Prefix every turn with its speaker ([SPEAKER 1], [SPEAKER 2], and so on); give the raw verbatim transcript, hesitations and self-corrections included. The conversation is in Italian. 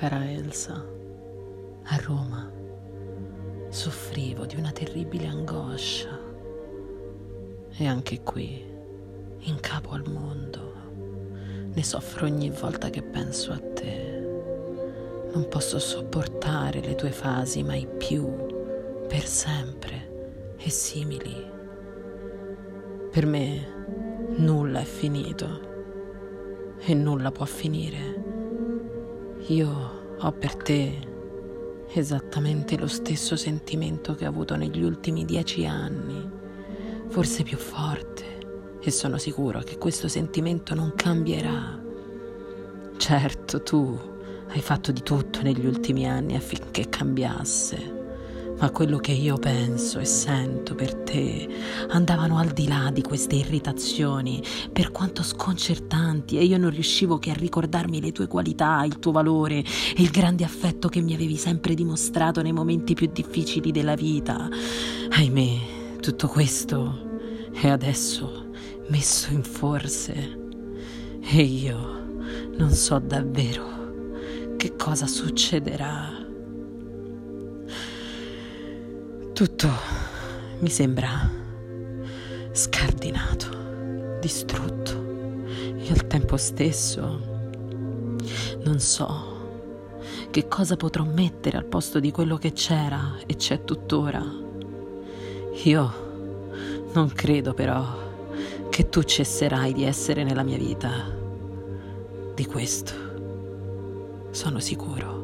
[SPEAKER 1] Cara Elsa, a Roma soffrivo di una terribile angoscia e anche qui, in capo al mondo, ne soffro ogni volta che penso a te. Non posso sopportare le tue fasi mai più, per sempre e simili. Per me nulla è finito e nulla può finire. Io ho per te esattamente lo stesso sentimento che ho avuto negli ultimi dieci anni, forse più forte, e sono sicuro che questo sentimento non cambierà. Certo, tu hai fatto di tutto negli ultimi anni affinché cambiasse, ma quello che io penso e sento per te andavano al di là di queste irritazioni, per quanto sconcertanti, e io non riuscivo che a ricordarmi le tue qualità, il tuo valore e il grande affetto che mi avevi sempre dimostrato nei momenti più difficili della vita. Ahimè, tutto questo è adesso messo in forse e io non so davvero che cosa succederà. Tutto mi sembra scardinato, distrutto, e al tempo stesso non so che cosa potrò mettere al posto di quello che c'era e c'è tuttora. Io non credo però che tu cesserai di essere nella mia vita. Di questo sono sicuro.